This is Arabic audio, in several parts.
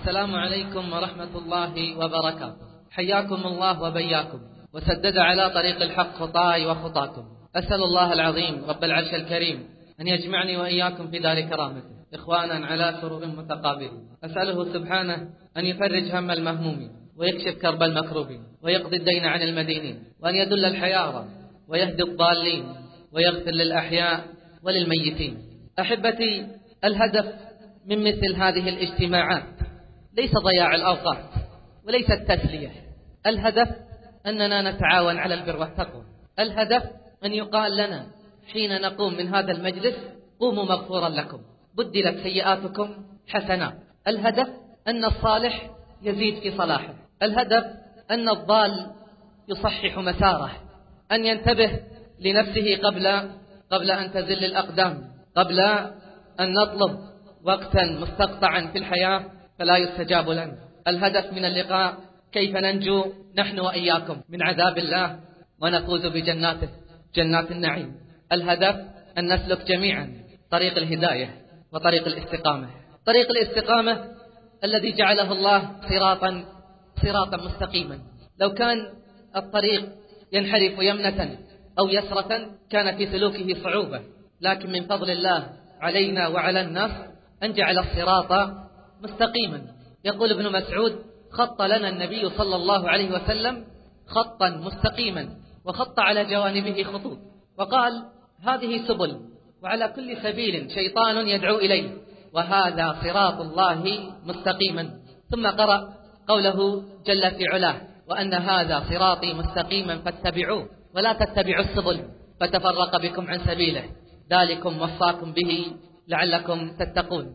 السلام عليكم ورحمة الله وبركاته. حياكم الله وبياكم وسدد على طريق الحق خطاي وخطاكم. أسأل الله العظيم رب العرش الكريم أن يجمعني وإياكم في دار كرامته إخوانا على سرور متقابلين. أسأله سبحانه أن يفرج هم المهمومين ويكشف كرب المكروبين ويقضي الدين عن المدينين وأن يدل الحيارى ويهدي الضالين ويغفر للأحياء وللميتين. أحبتي، الهدف من مثل هذه الاجتماعات ليس ضياع الأوقات وليس التسلية. الهدف أننا نتعاون على البر والتقوى. الهدف أن يقال لنا حين نقوم من هذا المجلس: قوموا مغفورا لكم، بدلت سيئاتكم حسنات. الهدف أن الصالح يزيد في صلاحه. الهدف أن الضال يصحح مساره، أن ينتبه لنفسه قبل أن تزل الأقدام، قبل أن نطلب وقتا مستقطعا في الحياة فلا يستجاب لنا. الهدف من اللقاء كيف ننجو نحن وإياكم من عذاب الله ونفوز بجناته، جنات النعيم. الهدف أن نسلك جميعا طريق الهداية وطريق الاستقامة، طريق الاستقامة الذي جعله الله صراطا مستقيما. لو كان الطريق ينحرف يمنة أو يسرة كان في سلوكه صعوبة، لكن من فضل الله علينا وعلى الناس أن جعل الصراط مستقيما. يقول ابن مسعود: خط لنا النبي صلى الله عليه وسلم خطا مستقيما وخط على جوانبه خطوط، وقال: هذه سبل وعلى كل سبيل شيطان يدعو إليه وهذا صراط الله مستقيما. ثم قرأ قوله جل في علاه: وأن هذا صراطي مستقيما فاتبعوه ولا تتبعوا السبل فتفرق بكم عن سبيله ذلكم وصاكم به لعلكم تتقون.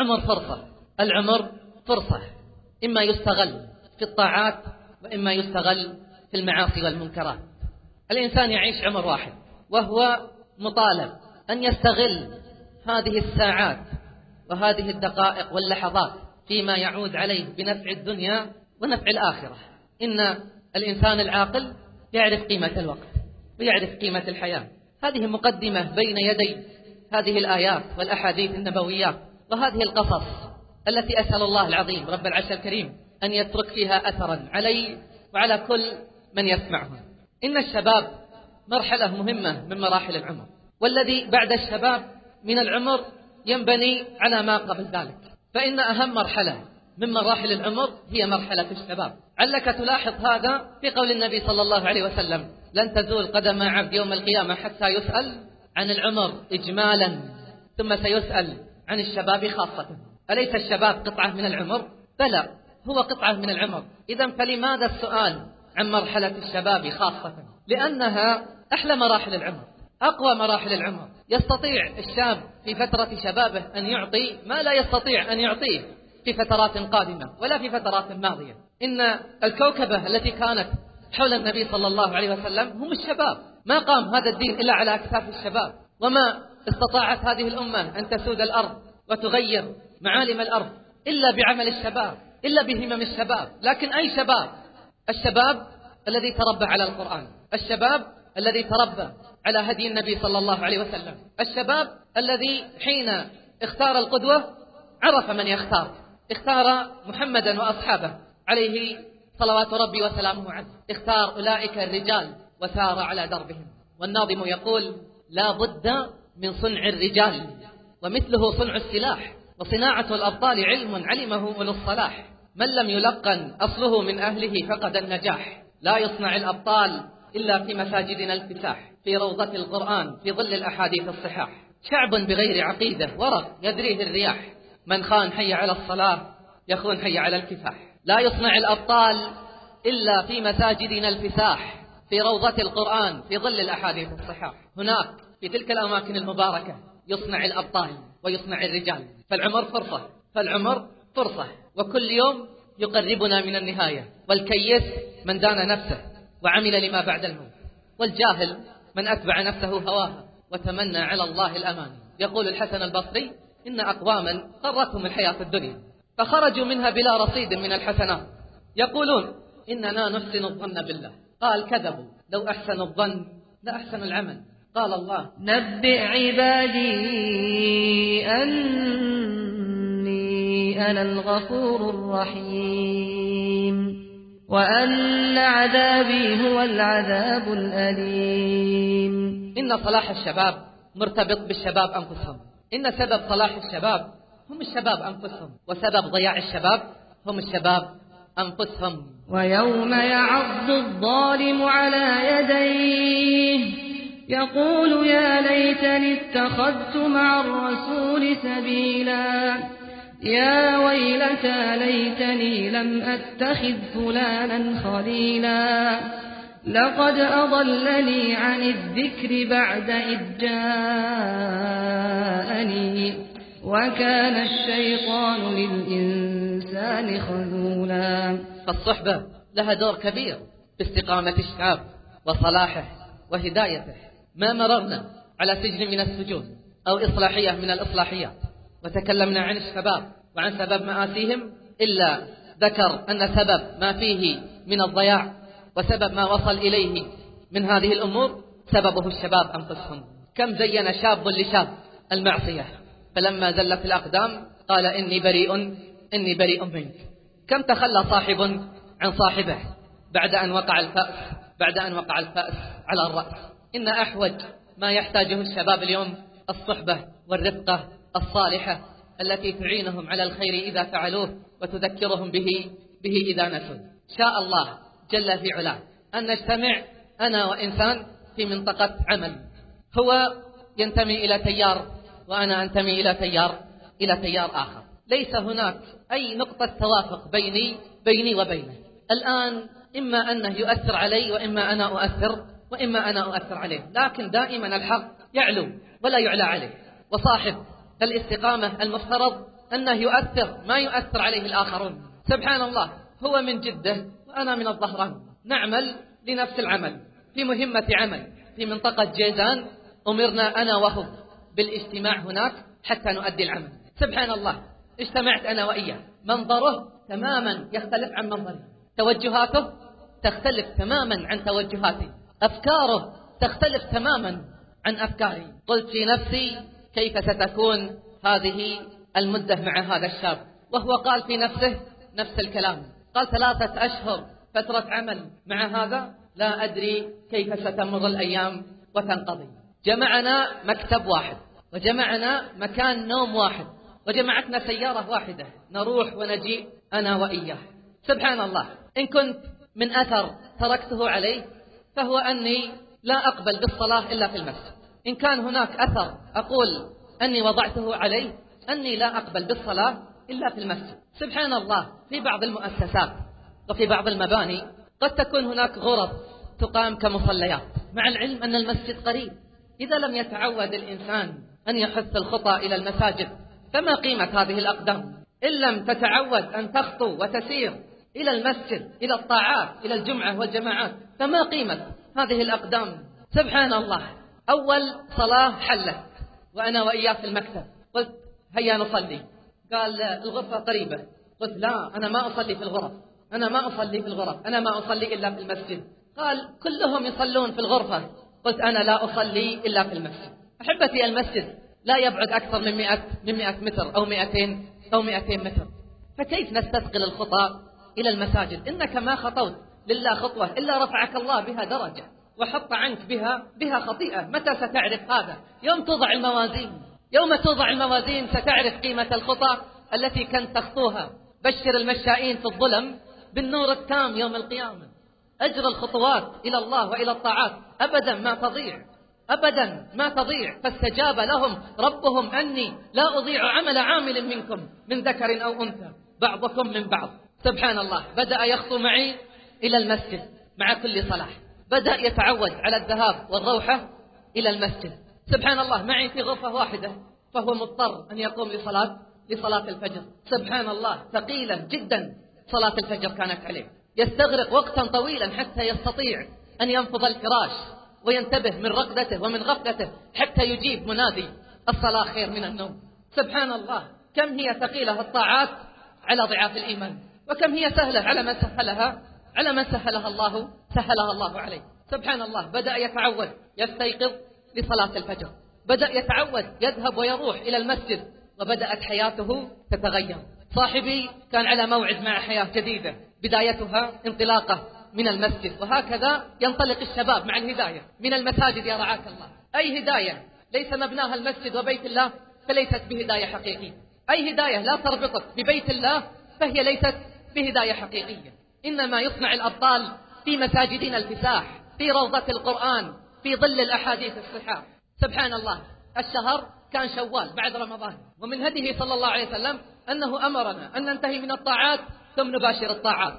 العمر فرصة، إما يستغل في الطاعات وإما يستغل في المعاصي والمنكرات. الإنسان يعيش عمر واحد وهو مطالب أن يستغل هذه الساعات وهذه الدقائق واللحظات فيما يعود عليه بنفع الدنيا ونفع الآخرة. إن الإنسان العاقل يعرف قيمة الوقت ويعرف قيمة الحياة. هذه مقدمة بين يدي هذه الآيات والأحاديث النبويات وهذه القصص التي أسأل الله العظيم رب العرش الكريم أن يترك فيها أثرا علي وعلى كل من يسمعها. إن الشباب مرحلة مهمة من مراحل العمر، والذي بعد الشباب من العمر ينبني على ما قبل ذلك، فإن أهم مرحلة من مراحل العمر هي مرحلة الشباب. علك تلاحظ هذا في قول النبي صلى الله عليه وسلم: لن تزول قدم عبد يوم القيامة حتى يسأل عن العمر إجمالا ثم سيسأل عن الشباب خاصة. أليس الشباب قطعة من العمر؟ بلى، هو قطعة من العمر. إذن فلماذا السؤال عن مرحلة الشباب خاصة؟ لأنها أحلى مراحل العمر، أقوى مراحل العمر. يستطيع الشاب في فترة شبابه أن يعطي ما لا يستطيع أن يعطيه في فترات قادمة ولا في فترات ماضية. إن الكوكبة التي كانت حول النبي صلى الله عليه وسلم هم الشباب. ما قام هذا الدين إلا على أكتاف الشباب، وما استطاعت هذه الأمة أن تسود الأرض وتغير معالم الأرض إلا بعمل الشباب، إلا بهمم الشباب. لكن أي شباب؟ الشباب الذي تربى على القرآن، الشباب الذي تربى على هدي النبي صلى الله عليه وسلم، الشباب الذي حين اختار القدوة عرف من يختار، اختار محمدا وأصحابه عليه صلوات ربي وسلامه عليه، اختار أولئك الرجال وسار على دربهم. والناظم يقول: لا بد من صنع الرجال ومثله صنع السلاح، وصناعة الأبطال علم علمه أولو الصلاح، من لم يلقن أصله من أهله فقد النجاح، لا يصنع الأبطال إلا في مساجدنا الفتاح، في روضة القرآن في ظل الأحاديث الصحاح، شعب بغير عقيدة ورق يدريه الرياح، من خان حي على الصلاة يخون حي على الكفاح، لا يصنع الأبطال إلا في مساجدنا الفساح، في روضة القرآن في ظل الأحاديث الصحاح. هناك في تلك الأماكن المباركة يصنع الأبطال ويصنع الرجال. فالعمر فرصة، وكل يوم يقربنا من النهاية. والكيس من دان نفسه وعمل لما بعد الموت، والجاهل من أتبع نفسه هواها وتمنى على الله الأمان. يقول الحسن البصري: إن أقواما غرتهم الحياة الدنيا فخرجوا منها بلا رصيد من الحسنات، يقولون إننا نحسن الظن بالله. قال: كذبوا، لو أحسنوا الظن لأحسن العمل. قال الله: نبئ عبادي أني أنا الغفور الرحيم وأن عذابي هو العذاب الأليم. إن صلاح الشباب مرتبط بالشباب أنفسهم. إن سبب صلاح الشباب هم الشباب أنفسهم، وسبب ضياع الشباب هم الشباب أنفسهم. ويوم يعض الظالم على يديه يقول يا ليتني اتخذت مع الرسول سبيلا يا ويلتى ليتني لم أتخذ فلانا خليلا لقد أضلني عن الذكر بعد إذ جاءني وكان الشيطان للإنسان خذولا. فالصحبة لها دور كبير باستقامة الشاب وصلاحه وهدايته. ما مررنا على سجن من السجون أو إصلاحية من الإصلاحيات وتكلمنا عن الشباب وعن سبب مآسيهم إلا ذكر أن سبب ما فيه من الضياع وسبب ما وصل إليه من هذه الأمور سببه الشباب أنفسهم. كم زين شاب لشاب المعصية فلما زلت الأقدام قال إني بريء منك. كم تخلى صاحب عن صاحبه بعد أن وقع الفأس على الرأس. إن أحوج ما يحتاجه الشباب اليوم الصحبة والرفقة الصالحة التي تعينهم على الخير إذا فعلوه وتذكرهم به إذا نسوا. شاء الله جل في علاه أن نجتمع أنا وإنسان في منطقة عمل، هو ينتمي إلى تيار وأنا أنتمي إلى تيار آخر. ليس هناك أي نقطة توافق بيني وبينه. الآن إما أنه يؤثر علي وإما أنا أؤثر عليه، لكن دائما الحق يعلو ولا يعلى عليه. وصاحب الاستقامة المفترض أنه يؤثر ما يؤثر عليه الآخرون. سبحان الله، هو من جدة وأنا من الظهران، نعمل لنفس العمل في مهمة عمل في منطقة جيزان. أمرنا أنا وهو بالاجتماع هناك حتى نؤدي العمل. سبحان الله، اجتمعت أنا وإياه، منظره تماما يختلف عن منظري، توجهاته تختلف تماما عن توجهاتي، أفكاره تختلف تماما عن أفكاري. قلت في نفسي كيف ستكون هذه المدة مع هذا الشاب، وهو قال في نفسه نفس الكلام. قال 3 أشهر فترة عمل مع هذا، لا أدري كيف ستمر الأيام وتنقضي. جمعنا مكتب واحد، وجمعنا مكان نوم واحد، وجمعتنا سيارة واحدة نروح ونجيء أنا وإياه. سبحان الله، إن كنت من أثر تركته عليه فهو أني لا أقبل بالصلاة إلا في المسجد. إن كان هناك أثر أقول أني وضعته عليه أني لا أقبل بالصلاة إلا في المسجد. سبحان الله، في بعض المؤسسات وفي بعض المباني قد تكون هناك غرف تقام كمصليات، مع العلم أن المسجد قريب. إذا لم يتعود الإنسان أن يحث الخطى إلى المساجد فما قيمة هذه الأقدام؟ إن لم تتعود أن تخطو وتسير إلى المسجد، إلى الطاعات، إلى الجمعة والجماعات، فما قيمة هذه الأقدام؟ سبحان الله. أول صلاة حلت وأنا وإياه في المكتب، قلت هيا نصلي. قال الغرفة قريبة. قلت لا، أنا ما أصلي في الغرف، أنا ما أصلي إلا في المسجد. قال كلهم يصلون في الغرفة. قلت أنا لا أصلي إلا في المسجد. أحبتي، المسجد لا يبعد أكثر من 100 متر أو 200 متر، فكيف نستثقل الخطى إلى المساجد؟ إنك ما خطوت لله خطوة إلا رفعك الله بها درجة وحط عنك بها خطيئة. متى ستعرف هذا؟ يوم توضع الموازين ستعرف قيمة الخطى التي كنت تخطوها. بشر المشائين في الظلم بالنور التام يوم القيامة. أجر الخطوات إلى الله وإلى الطاعات أبدا ما تضيع. فاستجاب لهم ربهم أني لا أضيع عمل عامل منكم من ذكر أو أنثى بعضكم من بعض. سبحان الله، بدأ يخطو معي إلى المسجد مع كل صلاة، بدأ يتعود على الذهاب والروحة إلى المسجد. سبحان الله، معي في غرفة واحدة، فهو مضطر أن يقوم لصلاة الفجر. سبحان الله، ثقيلا جدا صلاة الفجر كانت عليه، يستغرق وقتا طويلا حتى يستطيع أن ينفض الفراش وينتبه من رقدته ومن غفلته حتى يجيب منادي الصلاة خير من النوم. سبحان الله، كم هي ثقيلة الطاعات على ضعاف الإيمان، وكم هي سهلة على من سهلها الله عليه. سبحان الله، بدأ يتعود يستيقظ لصلاة الفجر، بدأ يتعود يذهب ويروح إلى المسجد، وبدأت حياته تتغير. صاحبي كان على موعد مع حياة جديدة بدايتها انطلاقة من المسجد، وهكذا ينطلق الشباب مع الهداية من المساجد يا رعاك الله. أي هداية ليس مبناها المسجد وبيت الله فليست بهداية حقيقية، أي هداية لا تربطك ببيت الله فهي ليست بهداية حقيقية. إنما يصنع الأبطال في مساجدنا الفساح، في روضة القرآن، في ظل الأحاديث الصحاح. سبحان الله، الشهر كان شوال بعد رمضان، ومن هديه صلى الله عليه وسلم أنه أمرنا أن ننتهي من الطاعات ثم نباشر الطاعات.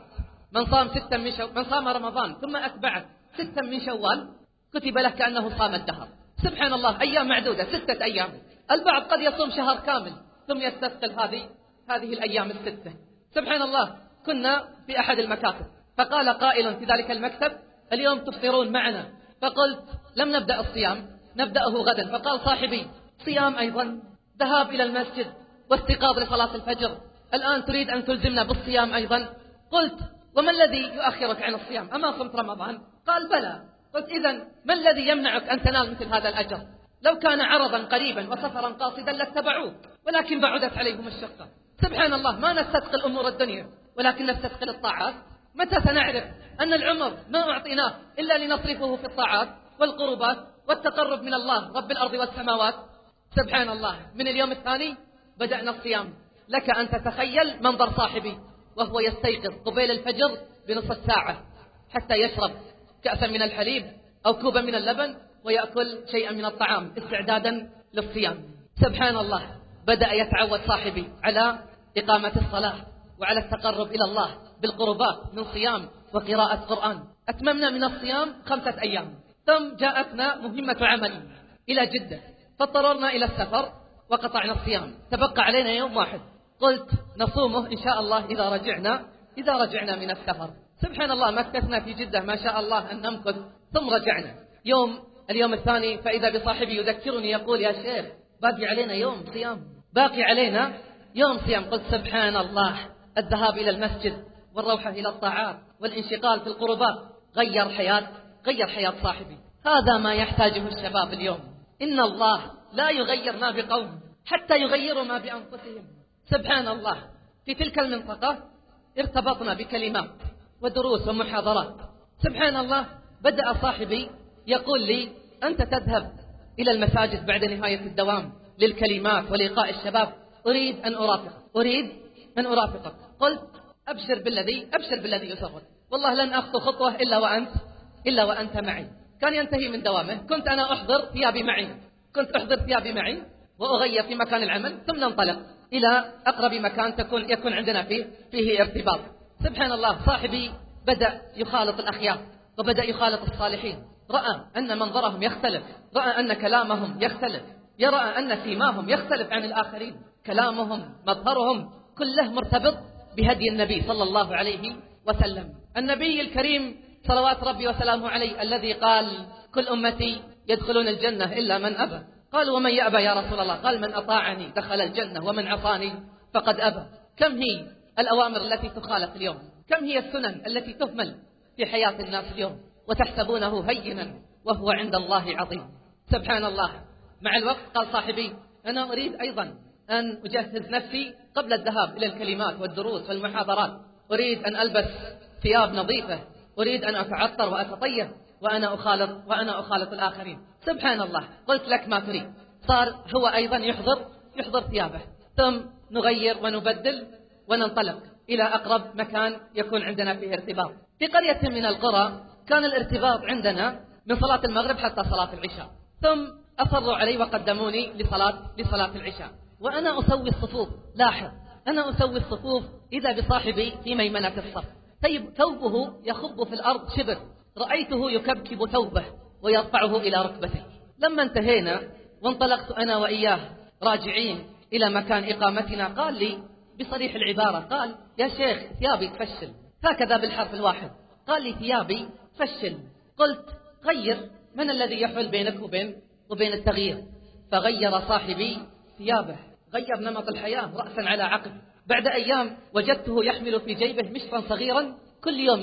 من صام رمضان ثم أتبعه 6 من شوال كتب له كأنه صام الدهر. سبحان الله، أيام معدودة، 6 أيام. البعض قد يصوم شهر كامل ثم يستثقل هذه الأيام ال6. سبحان الله، كنا في أحد المكاتب فقال قائل في ذلك المكتب: اليوم تفطرون معنا. فقلت: لم نبدأ الصيام، نبدأه غدا. فقال صاحبي: صيام أيضا، ذهاب إلى المسجد واستيقاظ لصلاة الفجر، الآن تريد أن تلزمنا بالصيام أيضا؟ قلت: وما الذي يؤخرك عن الصيام؟ أما صمت رمضان؟ قال: بلى. قلت: إذن ما الذي يمنعك أن تنال مثل هذا الأجر؟ لو كان عرضا قريبا وسفرا قاصدا لاتبعوك، ولكن بعدت عليهم الشقة. سبحان الله، ما نستثقل أمور الدنيا ولكن نستثقل الطاعات. متى سنعرف أن العمر ما أعطيناه إلا لنصرفه في الطاعات والقربات والتقرب من الله رب الأرض والسماوات؟ سبحان الله، من اليوم الثاني بدأنا الصيام. لك أن تتخيل منظر صاحبي وهو يستيقظ قبيل الفجر بنصف ساعة حتى يشرب كأسا من الحليب أو كوبا من اللبن ويأكل شيئا من الطعام استعدادا للصيام. سبحان الله، بدأ يتعود صاحبي على إقامة الصلاة وعلى التقرب إلى الله بالقربات من صيام وقراءة قرآن. أتممنا من الصيام 5 أيام، ثم جاءتنا مهمة عمل إلى جدة، فاضطررنا إلى السفر وقطعنا الصيام. تبقى علينا يوم واحد، قلت نصومه إن شاء الله إذا رجعنا من السفر. سبحان الله، مكثنا في جدة ما شاء الله أن نمكث، ثم رجعنا. اليوم الثاني فإذا بصاحبي يذكرني يقول: يا شيخ باقي علينا يوم صيام، باقي علينا يوم صيام. قلت: سبحان الله، الذهاب إلى المسجد والروحة إلى الطاعات والانشغال في القربات غير حياة صاحبي. هذا ما يحتاجه الشباب اليوم. إن الله لا يغير ما بقوم حتى يغيروا ما بأنفسهم. سبحان الله، في تلك المنطقة ارتبطنا بكلمات ودروس ومحاضرات. سبحان الله، بدأ صاحبي يقول لي: أنت تذهب إلى المساجد بعد نهاية الدوام للكلمات ولقاء الشباب، أريد أن أرافقك. قلت: أبشر بالذي يسرك، والله لن أخطو خطوة إلا وأنت معي. كان ينتهي من دوامه، كنت أنا أحضر ثيابي معي وأغير في مكان العمل، ثم ننطلق إلى أقرب مكان يكون عندنا فيه ارتباط. سبحان الله، صاحبي بدأ يخالط الأخيار وبدأ يخالط الصالحين، رأى أن منظرهم يختلف، رأى أن كلامهم يختلف، يرى أن سيماهم يختلف عن الآخرين، كلامهم مظهرهم كله مرتبط بهدي النبي صلى الله عليه وسلم. النبي الكريم صلوات ربي وسلامه عليه الذي قال: كل أمتي يدخلون الجنة إلا من أبى. قالوا: ومن يأبى يا رسول الله؟ قال: من أطاعني دخل الجنة ومن عصاني فقد أبى. كم هي الأوامر التي تخالف اليوم، كم هي السنن التي تهمل في حياة الناس اليوم وتحسبونه هينا وهو عند الله عظيم. سبحان الله، مع الوقت قال صاحبي: أنا أريد أيضا أن أجهز نفسي قبل الذهاب إلى الكلمات والدروس والمحاضرات، أريد أن ألبس ثياب نظيفة، أريد أن أتعطر وأتطيب وأنا أخالط الآخرين. سبحان الله، قلت: لك ما تريد. صار هو أيضا يحضر ثيابه، ثم نغير ونبدل وننطلق إلى أقرب مكان يكون عندنا فيه ارتباط. في قرية من القرى كان الارتباط عندنا من صلاة المغرب حتى صلاة العشاء، ثم أصروا علي وقدموني لصلاة العشاء، وأنا أسوي الصفوف. لاحظ، أنا أسوي الصفوف إذا بصاحبي في ميمنة الصف ثوبه يخب في الأرض شبر، رأيته يكبكب ثوبه ويرفعه إلى ركبته. لما انتهينا وانطلقت أنا وإياه راجعين إلى مكان إقامتنا، قال لي بصريح العبارة، قال: يا شيخ ثيابي تفشل، هكذا بالحرف الواحد، قال لي: ثيابي فشل. قلت: غير، من الذي يحول بينك وبين التغيير؟ فغير صاحبي ثيابه، غير نمط الحياة رأسا على عقب. بعد أيام وجدته يحمل في جيبه مشطا صغيرا، كل يوم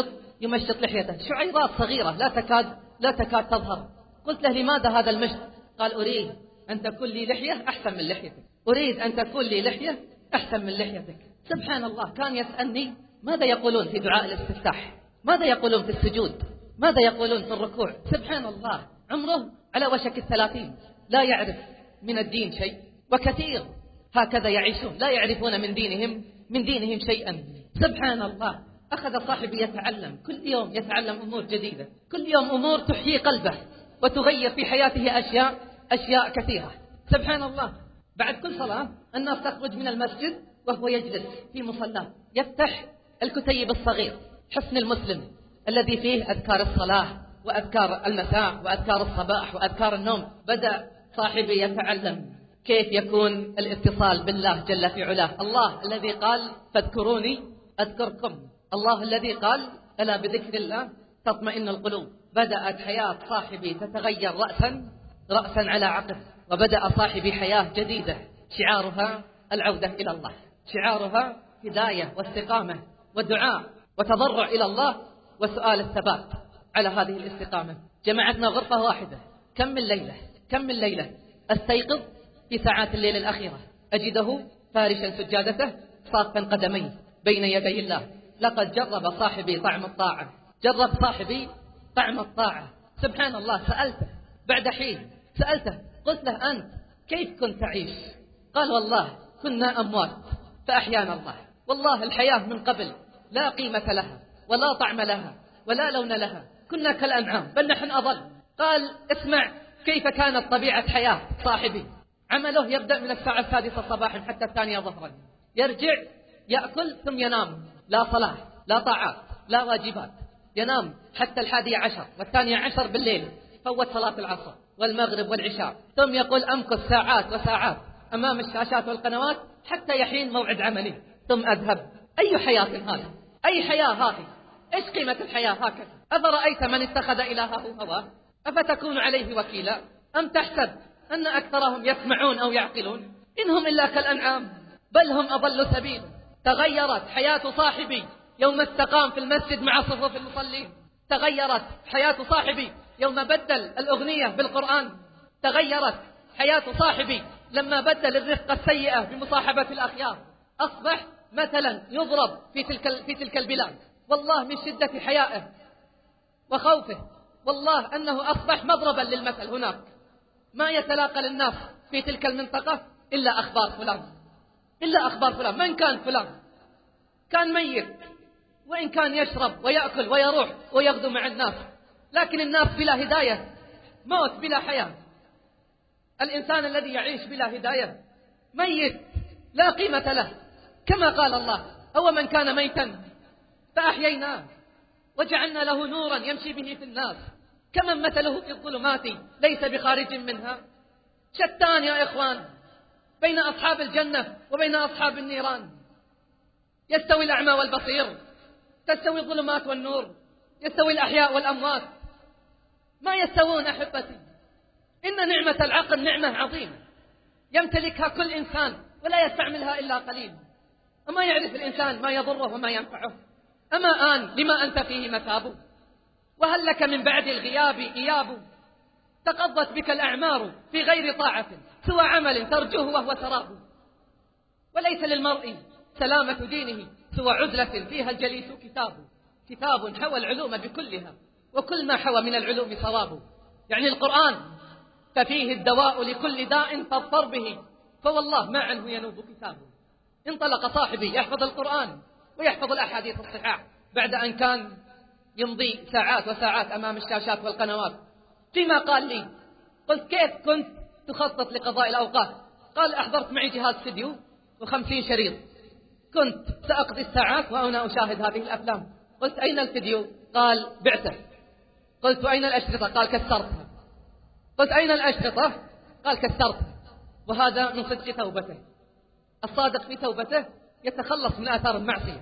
يمشط لحيته، شعيرات صغيرة لا تكاد تظهر. قلت له: لماذا هذا المشط؟ قال: أريد أن تكون لي لحية أحسن من لحيتك، أريد أن تكون لي لحية أحسن من لحيتك. سبحان الله، كان يسألني ماذا يقولون في دعاء الاستفتاح، ماذا يقولون في السجود، ماذا يقولون في الركوع. سبحان الله، عمره على وشك 30، لا يعرف من الدين شيء، وكثير هكذا يعيشون لا يعرفون من دينهم شيئا. سبحان الله، أخذ صاحبي يتعلم كل يوم، يتعلم أمور جديدة، كل يوم أمور تحيي قلبه وتغير في حياته أشياء كثيرة. سبحان الله، بعد كل صلاة الناس تخرج من المسجد وهو يجلس في مصلاه يفتح الكتيب الصغير حصن المسلم الذي فيه أذكار الصلاة وأذكار المساء وأذكار الصباح وأذكار النوم. بدأ صاحبي يتعلم كيف يكون الاتصال بالله جل في علاه. الله الذي قال فاذكروني أذكركم، الله الذي قال ألا بذكر الله تطمئن القلوب. بدأت حياة صاحبي تتغير رأسا على عقب، وبدأ صاحبي حياة جديدة شعارها العودة إلى الله، شعارها هداية واستقامة ودعاء وتضرع إلى الله وسؤال الثبات على هذه الاستقامة. جمعتنا غرفة واحدة، كم من ليلة أستيقظ في ساعات الليل الأخيرة أجده فارشا سجادته صافا قدميه بين يدي الله. لقد جرب صاحبي طعم الطاعة. سبحان الله، سألته بعد حين، قلت له أنت كيف كنت تعيش؟ قال والله كنا أموات فأحيانا الله. والله الحياة من قبل لا قيمة لها ولا طعم لها ولا لون لها، كنا كالأنعام بل نحن أضل. قال اسمع كيف كانت طبيعة حياة صاحبي. عمله يبدأ من الساعة 6 صباحا حتى 2 ظهرا، يرجع يأكل ثم ينام، لا صلاة لا طاعات لا واجبات، ينام حتى 11 و12 بالليل، فوت صلاة العصر والمغرب والعشاء، ثم يقول أمكث ساعات وساعات أمام الشاشات والقنوات حتى يحين موعد عملي ثم أذهب. أي حياة هذه؟ أي حياة هذه؟ إيش قيمة الحياة هكذا؟ أفرأيت من اتخذ إلهه هواه أفتكون عليه وكيلا؟ أم تحسب أن أكثرهم يسمعون أو يعقلون؟ إنهم إلا كالأنعام بل هم أضل سبيل. تغيرت حياة صاحبي يوم استقام في المسجد مع صفوف المصلين، تغيرت حياة صاحبي يوم بدل الأغنية بالقرآن، تغيرت حياة صاحبي لما بدل الرفقة السيئة بمصاحبة الأخيار، أصبح مثلا يضرب في تلك البلاد. والله من شدة حيائه وخوفه والله أنه أصبح مضربا للمثل هناك. ما يتلاقى للناس في تلك المنطقة إلا أخبار فلان. من كان فلان؟ كان ميت، وإن كان يشرب ويأكل ويروح ويغدو مع الناس، لكن الناس بلا هداية، موت بلا حياة. الإنسان الذي يعيش بلا هداية ميت لا قيمة له، كما قال الله أو من كان ميتا فأحييناه وجعلنا له نورا يمشي به في الناس كمن مثله في الظلمات ليس بخارج منها. شتان يا إخوان بين أصحاب الجنة وبين أصحاب النيران. يستوي الأعمى والبصير؟ تستوي الظلمات والنور؟ يستوي الأحياء والأموات؟ ما يستوون أحبتي. إن نعمة العقل نعمة عظيمة يمتلكها كل إنسان ولا يستعملها إلا قليل. أما يعرف الإنسان ما يضره وما ينفعه؟ أما آن لما أنت فيه مثاب؟ وهل لك من بعد الغياب إياب؟ تقضت بك الأعمار في غير طاعة سوى عمل ترجوه وهو سراب. وليس للمرء سلامة دينه سوى عزلة فيها الجليس كتاب حوى العلوم بكلها وكل ما حوى من العلوم صواب. يعني القرآن ففيه الدواء لكل داء فاضطر به، فوالله ما عنه ينوب كتابه. انطلق صاحبي يحفظ القرآن ويحفظ الأحاديث الصحاح بعد أن كان يمضي ساعات وساعات أمام الشاشات والقنوات. فيما قال لي قلت كيف كنت تخطط لقضاء الأوقات؟ قال أحضرت معي جهاز فيديو و50 شريط، كنت سأقضي الساعات وأنا أشاهد هذه الأفلام. قلت أين الفيديو؟ قال بعته. قلت أين الأشرطة؟ قال كسرتها. قلت أين الأشرطة؟ قال كسرتها. وهذا من صدق توبته. الصادق في توبته يتخلص من آثار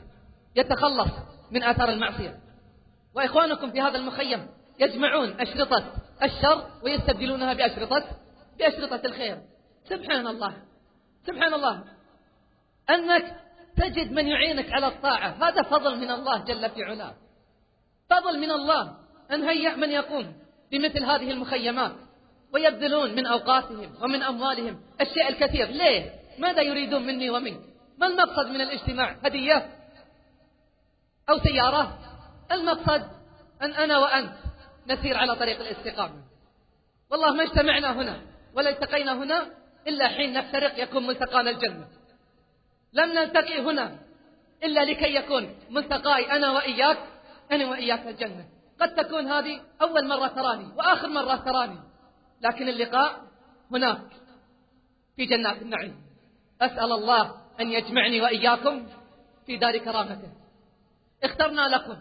المعصية، وإخوانكم في هذا المخيم يجمعون أشرطة الشر ويستبدلونها بأشرطة الخير. سبحان الله أنك تجد من يعينك على الطاعة، هذا فضل من الله جل في علاه، فضل من الله أن هيأ من يقوم بمثل هذه المخيمات ويبذلون من أوقاتهم ومن أموالهم الشيء الكثير. ليه؟ ماذا يريدون مني ومنك؟ ما المقصد من الاجتماع؟ هدية أو سيارة؟ المقصد أن أنا وأنت نسير على طريق الاستقامة. والله ما اجتمعنا هنا ولا التقينا هنا إلا حين نفترق يكون ملتقانا الجنة. لم نلتقي هنا إلا لكي يكون ملتقاي أنا وإياك الجنة. قد تكون هذه أول مرة تراني وآخر مرة تراني، لكن اللقاء هناك في جنات النعيم. أسأل الله أن يجمعني وإياكم في دار كرامته. اخترنا لكم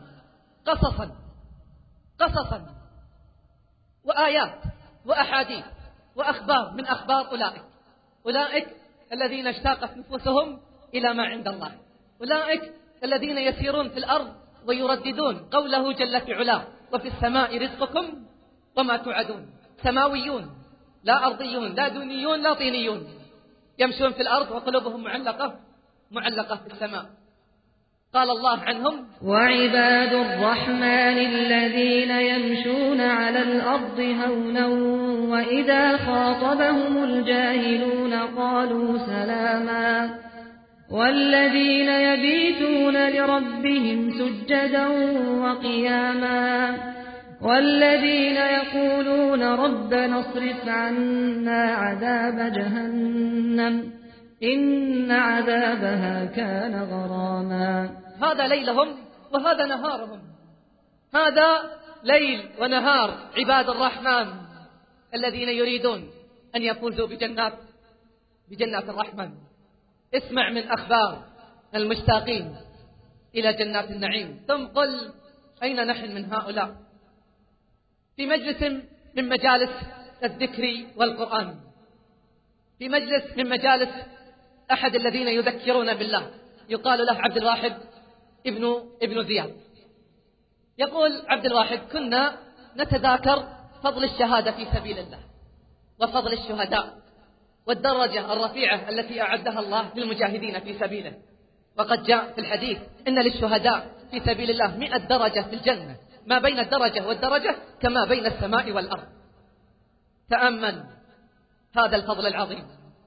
قصصا وآيات وأحاديث وأخبار من أخبار أولئك الذين اشتاقت نفوسهم إلى ما عند الله، أولئك الذين يسيرون في الأرض ويرددون قوله جل في علاه: وفي السماء رزقكم وما توعدون. سماويون لا أرضيون، لا دونيون لا طينيون، يمشون في الأرض وقلوبهم معلقة في السماء. قال الله عنهم: وعباد الرحمن الذين يمشون على الأرض هونا وإذا خاطبهم الجاهلون قالوا سلاما والذين يبيتون لربهم سجدا وقياما والذين يقولون ربنا اصرف عنا عذاب جهنم إن عذابها كان غراما. هذا ليلهم وهذا نهارهم، هذا ليل ونهار عباد الرحمن الذين يريدون أن يفوزوا بجنات الرحمن. اسمع من أخبار المشتاقين إلى جنات النعيم، ثم قل أين نحن من هؤلاء. في مجلس من مجالس الذكر والقرآن، في مجلس من مجالس أحد الذين يذكرون بالله، يقال له عبد الواحد ابن زياد. يقول عبد الواحد: كنا نتذاكر فضل الشهادة في سبيل الله وفضل الشهداء والدرجة الرفيعة التي أعدها الله للمجاهدين في سبيله. وقد جاء في الحديث إن للشهداء في سبيل الله 100 درجة في الجنة، ما بين الدرجة والدرجة كما بين السماء والأرض. تأمل هذا الفضل العظيم.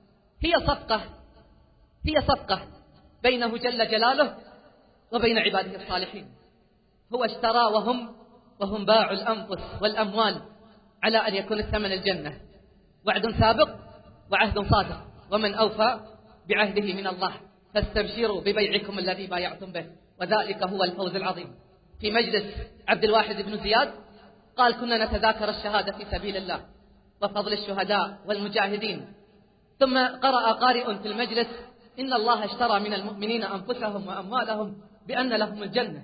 هي صفقة بينه جل جلاله وبين عباده الصالحين. هو اشترى وهم باعوا الأنفس والأموال على أن يكون الثمن الجنة. وعد سابق وعهد صادق، ومن أوفى بعهده من الله، فاستبشروا ببيعكم الذي بايعتم به وذلك هو الفوز العظيم. في مجلس عبد الواحد بن زياد قال: كنا نتذاكر الشهادة في سبيل الله وفضل الشهداء والمجاهدين، ثم قرأ قارئ في المجلس: إن الله اشترى من المؤمنين أنفسهم وأموالهم بأن لهم الجنة.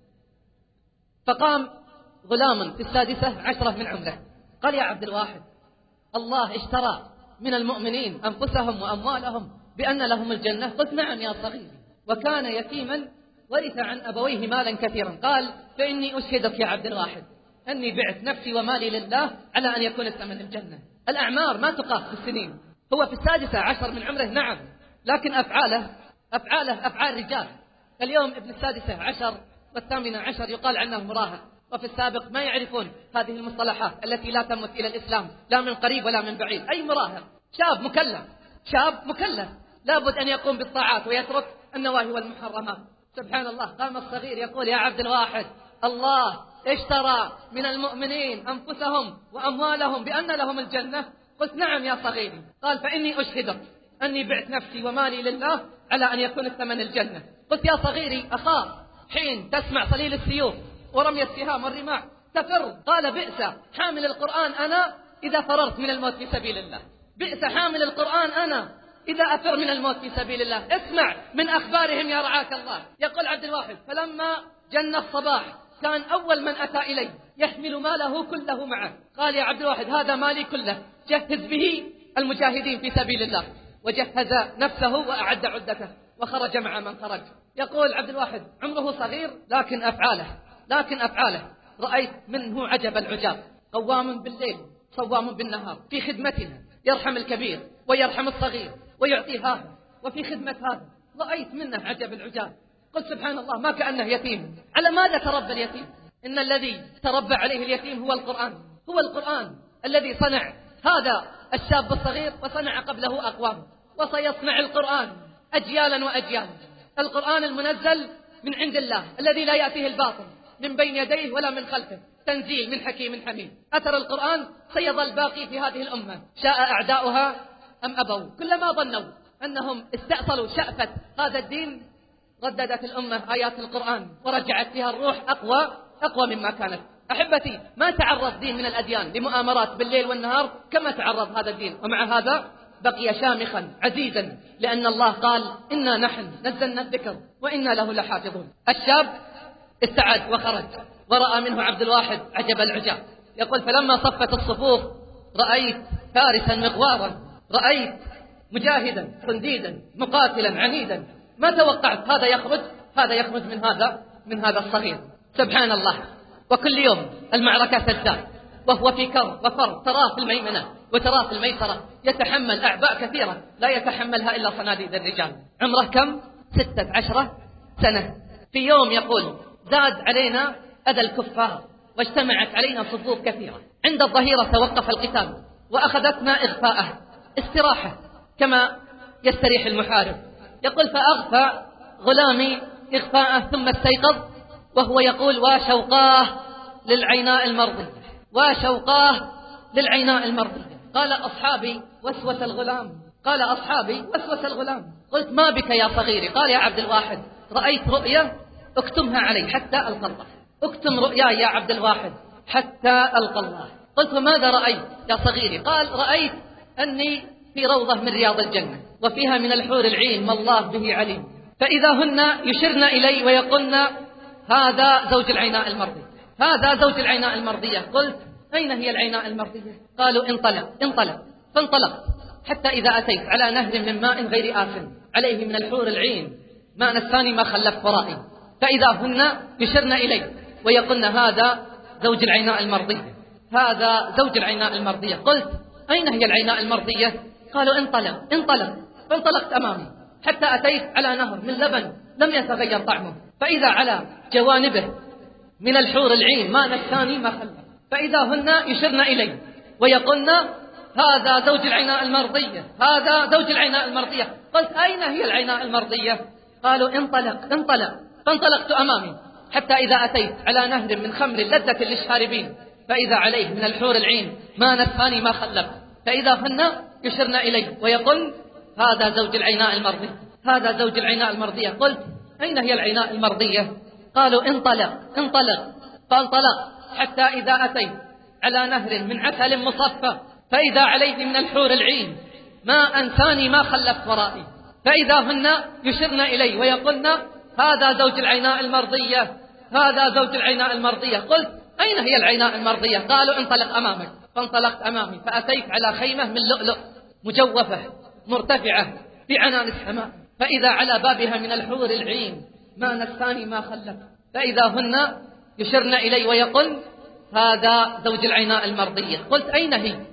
فقام غلام في 16 من عمره قال: يا عبد الواحد، الله اشترى من المؤمنين أنفسهم وأموالهم بأن لهم الجنة؟ قلت: نعم يا صغيري، وكان يتيما ورث عن أبويه مالا كثيرا. قال: فإني أشهدك يا عبد الواحد أني بعت نفسي ومالي لله على أن يكون الثمن الجنة. الأعمار ما تقاس بالسنين. هو في 16 من عمره نعم، لكن أفعاله أفعال رجال. اليوم ابن 16 و18 يقال عنه مراهق، وفي السابق ما يعرفون هذه المصطلحات التي لا تمت إلى الإسلام لا من قريب ولا من بعيد. أي مراهق؟ شاب مكلف لابد أن يقوم بالطاعات ويترك النواهي والمحرمات. سبحان الله، قام الصغير يقول: يا عبد الواحد، الله اشترى من المؤمنين أنفسهم وأموالهم بأن لهم الجنة. قلت: نعم يا صغيري. قال: فإني أشهدك أني بعت نفسي ومالي لله على أن يكون الثمن الجنة. قلت: يا صغيري، أخاف حين تسمع صليل السيوف ورمي السهام والرماح تفر. قال: بئس حامل القرآن أنا إذا فررت من الموت في سبيل الله، بئس حامل القرآن أنا إذا أفر من الموت في سبيل الله. اسمع من أخبارهم يا رعاك الله. يقول عبد الواحد: فلما جن الصباح كان أول من أتى إلي يحمل ماله كله معه. قال: يا عبد الواحد، هذا مالي كله، جهز به المجاهدين في سبيل الله. وجهز نفسه وأعد عدته وخرج مع من خرج. يقول عبد الواحد: عمره صغير لكن أفعاله رأيت منه عجب العجاب. قوام بالليل صوام بالنهار في خدمتنا، يرحم الكبير ويرحم الصغير ويعطي هذا وفي خدمة هذا. رأيت منه عجب العجاب. قلت: سبحان الله، ما كأنه يتيم. على ماذا تربى اليتيم؟ إن الذي تربى عليه اليتيم هو القرآن الذي صنع هذا الشاب الصغير وصنع قبله أقوام، وسيصنع القرآن أجيالا وأجيالا. القرآن المنزل من عند الله الذي لا يأتيه الباطل من بين يديه ولا من خلفه، تنزيل من حكيم حميد. أثر القرآن سيظل باقي في هذه الأمة شاء أعداؤها أم أبوا. كلما ظنوا أنهم استأصلوا شأفة هذا الدين رددت الأمة آيات القرآن ورجعت فيها الروح أقوى مما كانت. أحبتي، ما تعرض دين من الأديان لمؤامرات بالليل والنهار كما تعرض هذا الدين، ومع هذا بقي شامخا عزيزا، لأن الله قال إنا نحن نزلنا الذكر وإنا له لحافظون. الشاب استعد وخرج ورأى منه عبد الواحد عجب العجاب، يقول فلما صفت الصفوف رأيت فارسا مغوارا، رأيت مجاهدا صنديدا مقاتلا عنيدا، ما توقعت هذا يخرج من هذا الصغير. سبحان الله. وكل يوم المعركة تزداد وهو في كرب وفر، تراه في الميمنة وتراه في الميسرة، يتحمل أعباء كثيرة لا يتحملها إلا صناديد الرجال. عمره كم؟ 16 سنة. في يوم يقول زاد علينا أذى الكفار واجتمعت علينا صفوف كثيرة، عند الظهيرة توقف القتال وأخذتنا إغفاءه، استراحة كما يستريح المحارب. يقول فأغفى غلامي إغفاءه ثم استيقظ وهو يقول وشوقاه للعيناء المرضية، وشوقاه للعيناء المرضية. قال أصحابي وسوس الغلام. قلت ما بك يا صغيري؟ قال يا عبد الواحد رأيت رؤيا اكتمها علي حتى ألقى الله. اكتم رؤياي يا عبد الواحد حتى ألقى الله. قلت وماذا رأيت يا صغيري؟ قال رأيت أني في روضة من رياض الجنة وفيها من الحور العين ما الله به عليم، فإذا هن يشرن إلي ويقولن هذا زوج العيناء المرضية، هذا زوج العيناء المرضية. قلت أين هي العيناء المرضية؟ قالوا انطلق. فانطلقت حتى إذا أتيت على نهر من ماء غير آسن عليه من الحور العين ماء الثاني ما خلفت ورائي، فإذا هن يشرن إلي ويقولن هذا زوج العيناء المرضية، هذا زوج العيناء المرضية. قلت أين هي العيناء المرضية؟ قالوا انطلق. فانطلقت أمامي حتى أتيت على نهر من لبن لم يتغير طعمه، فإذا على جوانبه من الحور العين ماء الثاني ما خلف، فإذا هن يشرن إلي ويقولن هذا زوج العيناء المرضية، هذا زوج العيناء المرضية. قلت أين هي العيناء المرضية؟ قالوا انطلق. فانطلقت أمامي حتى إذا أتيت على نهر من خمر لذة للشاربين، فإذا عليه من الحور العين ماء الثاني ما خلف، فإذا هن يشرن إلي ويقول هذا زوج العيناء المرضية، هذا زوج العيناء المرضية. قلت أين هي العيناء المرضية؟ قالوا انطلق. فانطلق حتى إذا أتيت على نهر من عسل مصفى، فإذا عليه من الحور العين ماء ثاني ما خلفت ورائي، فإذا هن يشرن إلي ويقولن هذا زوج العيناء المرضية، هذا زوج العيناء المرضية. قلت أين هي العيناء المرضية؟ قالوا انطلق أمامك. فانطلقت أمامي فأتيت على خيمة من لؤلؤ مجوفة مرتفعة في عنان السماء، فإذا على بابها من الحور العين ماء الثاني ما خلف، فإذا هن يشرن إلي ويقول هذا زوج العيناء المرضية. قلت أين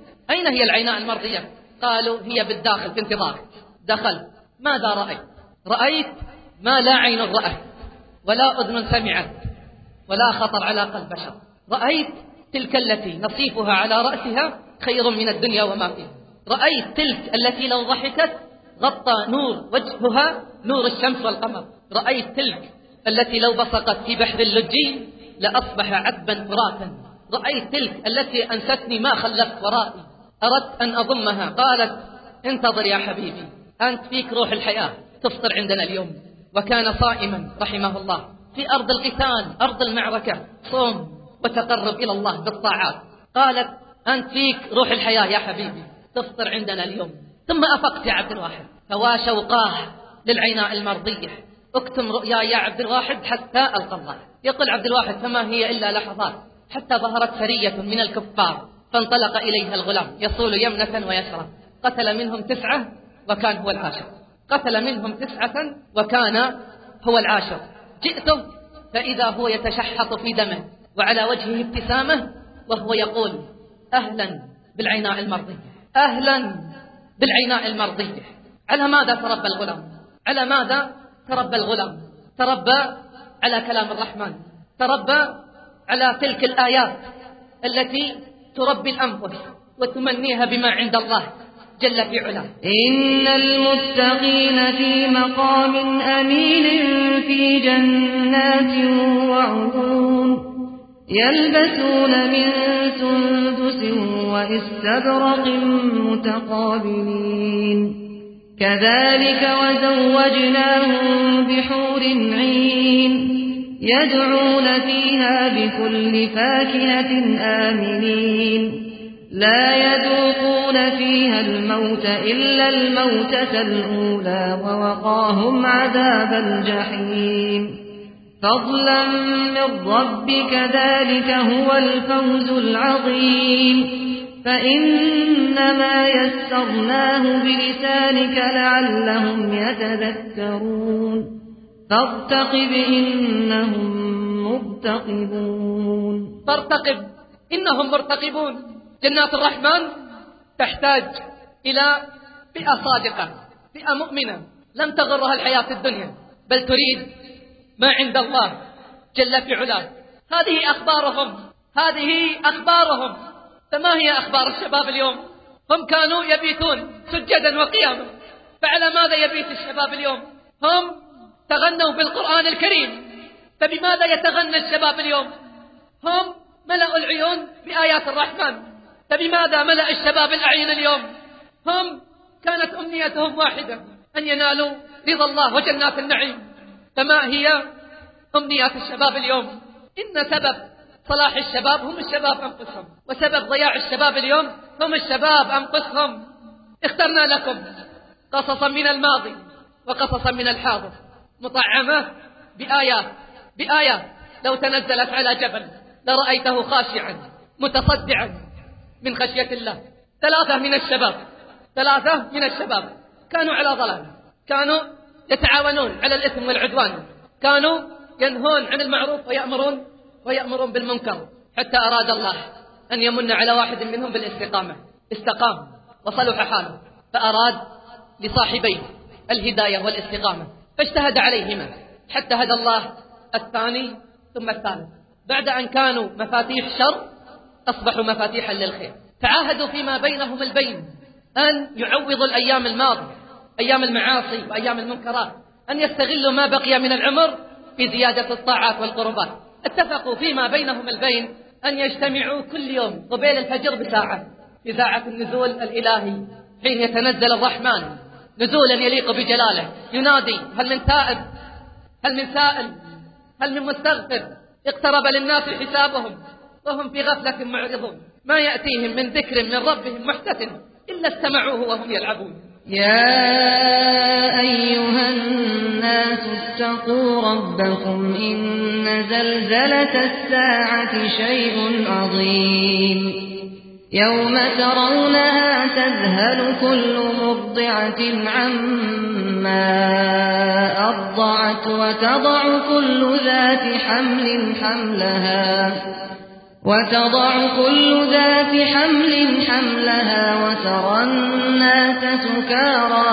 هي العيناء المرضية؟ قالوا هي بالداخل في انتظار. دخلت. ماذا رأيت ما لا عين رأت ولا أذن سمعت ولا خطر على قلب بشر. رأيت تلك التي نصيفها على رأسها خير من الدنيا وما فيها. رأيت تلك التي لو ضحكت غطى نور وجهها نور الشمس والقمر. رأيت تلك التي لو بصقت في بحر اللجين لأصبح عذبا فراتا. رأيت تلك التي أنستني ما خلفت ورائي. أردت أن أضمها، قالت انتظر يا حبيبي، أنت فيك روح الحياة، تفطر عندنا اليوم. وكان صائما رحمه الله في أرض القتال، أرض المعركة، صوم وتقرب إلى الله بالطاعات. قالت أنت فيك روح الحياة يا حبيبي، تفطر عندنا اليوم. ثم أفقت يا عبد الواحد، فوا شوقاه للعيناء المرضية، اكتم رؤياي يا عبد الواحد حتى ألقى الله. يقول عبد الواحد فما هي إلا لحظات حتى ظهرت سرية من الكفار، فانطلق إليها الغلام يصول يمنة ويسرى، قتل منهم 9 وكان هو العاشر، قتل منهم 9 وكان هو العاشر. جئته فإذا هو يتشحط في دمه وعلى وجهه ابتسامة وهو يقول أهلا بالعيناء المرضية، أهلا بالعيناء المرضية. على ماذا تربى الغلام؟ على ماذا تربى الغلام؟ تربى على كلام الرحمن، تربى على تلك الآيات التي تربي الأنفس وتمنيها بما عند الله، جل في علاه. إن المتقين في مقام أمين في جنات وعيون يلبسون من سندس وإستبرق متقابلين كذلك وزوجناهم بحور عين يدعون فيها بكل فاكهة آمنين لا يذوقون فيها الموت إلا الموتة الأولى ووقاهم عذاب الجحيم فضلا من ربك ذلك هو الفوز العظيم فإنما يسرناه بلسانك لعلهم يتذكرون فارتقب إنهم مرتقبون. فارتقب إنهم مرتقبون. جنات الرحمن تحتاج إلى فئة صادقة، فئة مؤمنة لم تغرها الحياة الدنيا بل تريد ما عند الله جل في علاه. هذه أخبارهم. فما هي أخبار الشباب اليوم؟ هم كانوا يبيتون سجدا وقياما، فعلى ماذا يبيت الشباب اليوم؟ هم تغنوا بالقرآن الكريم، فبماذا يتغنى الشباب اليوم؟ هم ملأوا العيون بآيات الرحمن، فبماذا ملأ الشباب الأعين اليوم؟ هم كانت أمنيتهم واحدة، أن ينالوا رضا الله وجنات النعيم. فما هي أمنيات الشباب اليوم؟ إن سبب صلاح الشباب هم الشباب أنفسهم، وسبب ضياع الشباب اليوم هم الشباب أنفسهم. اخترنا لكم قصصا من الماضي وقصصا من الحاضر مطعمة بآيات لو تنزلت على جبل لرأيته خاشعا متصدعا من خشية الله. ثلاثة من الشباب كانوا على ضلال، كانوا يتعاونون على الإثم والعدوان، كانوا ينهون عن المعروف ويأمرون بالمنكر، حتى أراد الله أن يمن على واحد منهم بالاستقامة، استقام وصلح حاله، فأراد لصاحبيه الهداية والاستقامة فاجتهد عليهما حتى هدى الله الثاني ثم الثالث. بعد أن كانوا مفاتيح شر أصبحوا مفاتيحا للخير. تعاهدوا فيما بينهم البين أن يعوضوا الأيام الماضية، أيام المعاصي وأيام المنكرات، أن يستغلوا ما بقي من العمر في زيادة الطاعات والقربات. اتفقوا فيما بينهم البين أن يجتمعوا كل يوم قبيل الفجر بساعة في ساعة النزول الإلهي، حين يتنزل الرحمن نزولا يليق بجلاله، ينادي هل من تائب، هل من سائل، هل من مستغفر. اقترب للناس حسابهم وهم في غفلة معرضون، ما يأتيهم من ذكر من ربهم محدث إلا استمعوه وهم يلعبون. يا أيها الناس اتقوا ربكم إن زلزلة الساعة شيء عظيم يوم ترونها تذهل كل مرضعة عما أرضعت وتضع كل ذات حملها وترى الناس سكارى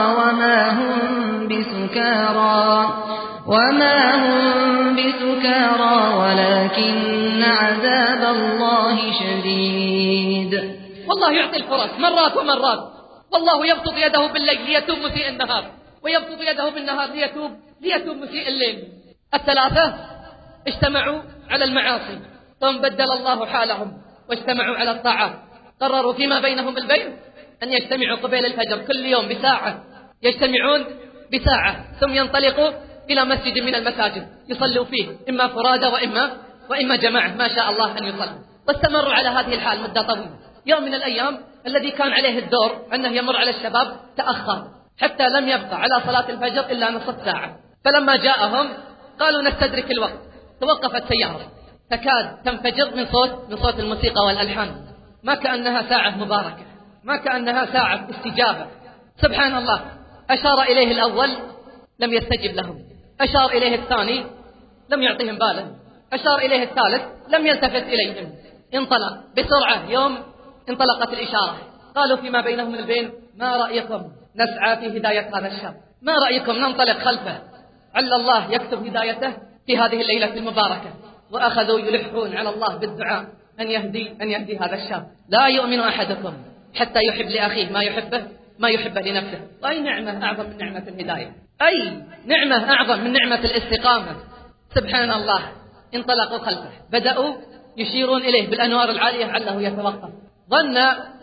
وما هم بسكارى ولكن عذاب الله شديد. والله يعطي الفرص مرات ومرات، والله يبسط يده بالليل ليتوب مسيء النهار، ويبسط يده بالنهار ليتوب مسيء الليل. الثلاثة اجتمعوا على المعاصي ثم بدل الله حالهم واجتمعوا على الطاعات. قرروا فيما بينهم البين أن يجتمعوا قبيل الفجر كل يوم بساعة، يجتمعون بساعة ثم ينطلقوا إلى مسجد من المساجد يصلوا فيه، إما فرادى وإما جماعة ما شاء الله أن يصلوا. واستمروا على هذه الحال مدة طويلة. يوم من الأيام الذي كان عليه الدور أنه يمر على الشباب تأخر حتى لم يبقى على صلاة الفجر إلا نصف ساعة، فلما جاءهم قالوا نستدرك الوقت. توقفت سيارة تكاد تنفجر من صوت الموسيقى والألحان، ما كأنها ساعة مباركة، ما كأنها ساعة استجابة. سبحان الله، أشار إليه الأول لم يستجب لهم، أشار إليه الثاني لم يعطهم بالا، أشار إليه الثالث لم يلتفت إليهم. انطلق بسرعة. يوم انطلقت الإشارة قالوا فيما بينهم البين ما رأيكم نسعى في هداية هذا الشاب، ما رأيكم ننطلق خلفه عل الله يكتب هدايته في هذه الليلة المباركة. وأخذوا يلحون على الله بالدعاء أن يهدي هذا الشاب. لا يؤمن أحدكم حتى يحب لأخيه ما ما يحب لنفسه. وأي نعمة أعظم من نعمة الهداية؟ أي نعمة أعظم من نعمة الاستقامة؟ سبحان الله. انطلقوا خلفه، بدأوا يشيرون إليه بالأنوار العالية علّه يتوقف. ظن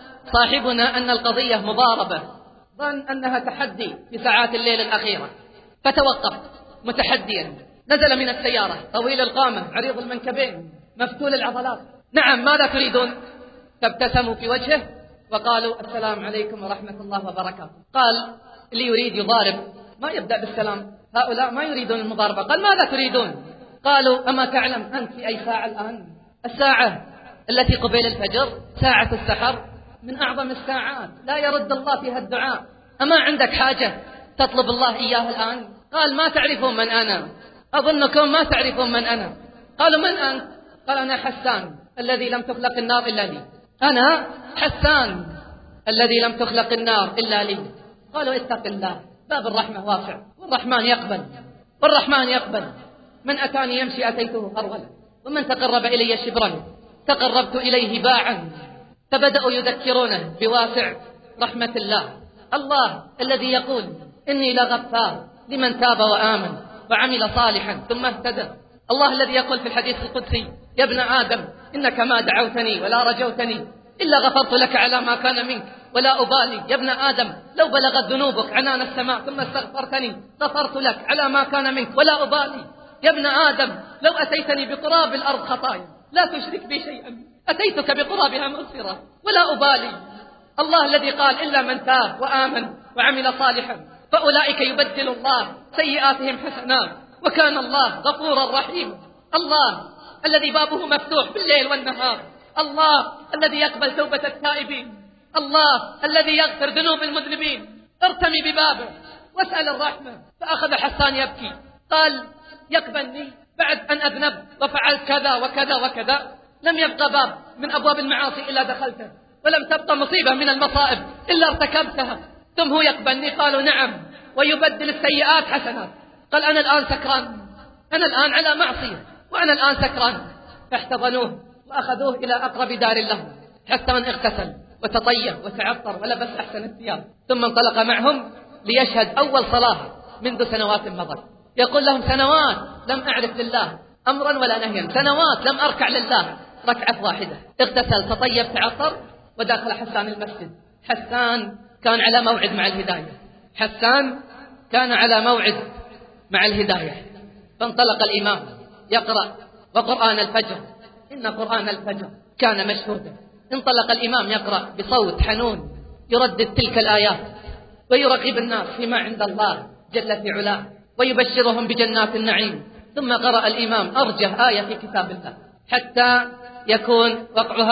صاحبنا أن القضية مضاربة، ظن أنها تحدي في ساعات الليل الأخيرة، فتوقف متحديا. نزل من السيارة طويل القامة عريض المنكبين مفتول العضلات. نعم، ماذا تريدون؟ فابتسموا في وجهه وقالوا السلام عليكم ورحمة الله وبركاته. قال اللي يريد يضارب ما يبدأ بالسلام، هؤلاء ما يريدون المضاربة. قال ماذا تريدون؟ قالوا أما تعلم أنت في أي ساعة الآن؟ الساعة التي قبيل الفجر، ساعة السحر، من أعظم الساعات، لا يرد الله فيها الدعاء. أما عندك حاجة تطلب الله إياه الآن؟ قال ما تعرفون من أنا، أظنكم ما تعرفون من أنا. قالوا من أنت؟ قال أنا حسان الذي لم تخلق النار إلا لي. أنا حسان الذي لم تخلق النار إلا لي. قالوا اتق الله، باب الرحمة واسع، والرحمن يقبل، والرحمن يقبل. من أتاني يمشي أتيته هرولا، ومن تقرب إلي شبرا تقربت إليه باعا. فبدأوا يذكرونه بواسع رحمة الله، الله الذي يقول إني لغفار لمن تاب وآمن وعمل صالحا ثم اهتدى. الله الذي يقول في الحديث القدسي يا ابن آدم إنك ما دعوتني ولا رجوتني إلا غفرت لك على ما كان منك ولا أبالي. يا ابن آدم لو بلغت ذنوبك عنان السماء ثم استغفرتني غفرت لك على ما كان منك ولا أبالي. يا ابن آدم لو أتيتني بقراب الأرض خطايا لا تشرك بي شيئا أتيتك بقرابها مغفرة ولا أبالي. الله الذي قال إلا من تاب وآمن وعمل صالحا فأولئك يبدل الله سيئاتهم حسنات وكان الله غفورا رحيما. الله الذي بابه مفتوح بالليل والنهار، الله الذي يقبل توبة التائبين، الله الذي يغفر ذنوب المذنبين. ارتمي ببابه واسأل الرحمة. فأخذ حسان يبكي، قال يقبلني بعد أن أذنب وفعلت كذا وكذا وكذا؟ لم يبقى باب من أبواب المعاصي إلا دخلته، ولم تبقى مصيبة من المصائب إلا ارتكبتها، ثم هو يقبلني؟ قالوا نعم، ويبدل السيئات حسنات. قال أنا الآن سكران، أنا الآن على معصية وأنا الآن سكران. فاحتضنوه وأخذوه إلى أقرب دار له. حسان اغتسل وتطيب وتعطر ولبس أحسن الثياب، ثم انطلق معهم ليشهد أول صلاة منذ سنوات مضت. يقول لهم سنوات لم أعرف لله أمرا ولا نهيا، سنوات لم أركع لله ركعة واحدة. اغتسل تطيب تعطر ودخل حسان المسجد. حسان كان على موعد مع الهداية، حسان كان على موعد مع الهداية. فانطلق الإمام يقرأ وقرآن الفجر إن قرآن الفجر كان مشهودا. انطلق الإمام يقرأ بصوت حنون يردد تلك الآيات ويرغب الناس فيما عند الله جل في علاه ويبشرهم بجنات النعيم. ثم قرأ الإمام أرجه آية في كتاب الله حتى يكون وقعها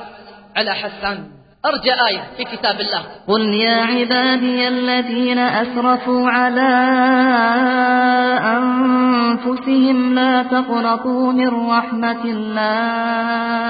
على حسان. أرجى آية في كتاب الله قل يا عبادي الذين أسرفوا على أنفسهم لا تقنطوا من رحمة الله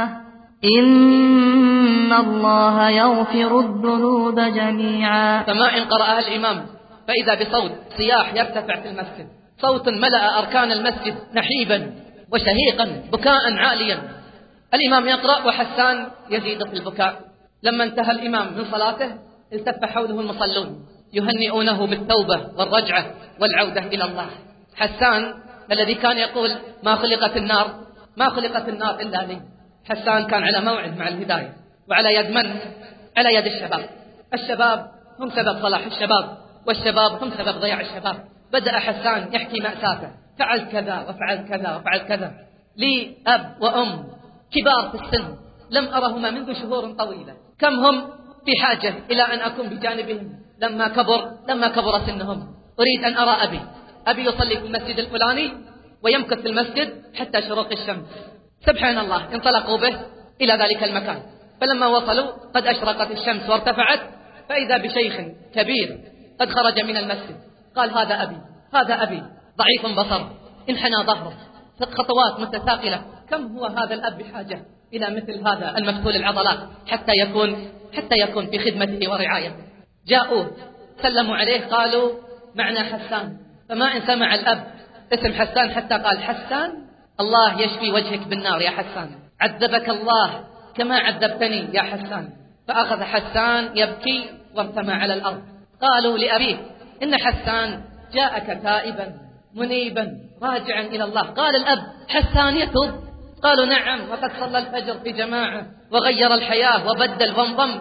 إن الله يغفر الذنوب جميعا. فما إن قرأها الإمام فإذا بصوت صياح يرتفع في المسجد، صوت ملأ أركان المسجد نحيبا وشهيقا بكاء عاليا. الإمام يقرأ وحسان يزيد في البكاء. لما انتهى الإمام من صلاته التف حوله المصلون يهنئونه بالتوبة والرجعة والعودة إلى الله. حسان الذي كان يقول ما خلقت النار إلا لي. حسان كان على موعد مع الهداية، وعلى يد من؟ على يد الشباب. الشباب هم سبب صلاح الشباب، والشباب هم سبب ضياع الشباب. بدأ حسان يحكي مأساته، فعلت كذا وفعلت كذا وفعلت كذا. لي أب وأم كبار في السن لم أرهما منذ شهور طويلة، كم هم في حاجة إلى أن أكون بجانبهم لما كبر سنهم. أريد أن أرى أبي يصلي في المسجد الفلاني ويمكث في المسجد حتى شروق الشمس. سبحان الله، انطلقوا به إلى ذلك المكان. فلما وصلوا قد أشرقت الشمس وارتفعت، فإذا بشيخ كبير قد خرج من المسجد. قال هذا أبي ضعيف بصر، انحنى ظهره، خطوات متثاقلة. كم هو هذا الأب بحاجة إلى مثل هذا المفتول العضلات حتى يكون في خدمته ورعايته. جاءوه سلموا عليه قالوا معنا حسان. فما إن سمع الأب اسم حسان حتى قال حسان الله يشفي وجهك بالنار يا حسان، عذبك الله كما عذبتني يا حسان. فأخذ حسان يبكي وارتمى على الأرض. قالوا لأبيه: إن حسان جاءك تائبا منيبا راجعا إلى الله. قال الأب: حسان يتوب؟ قالوا: نعم، وقد صلى الفجر في جماعة وغير الحياة وبدل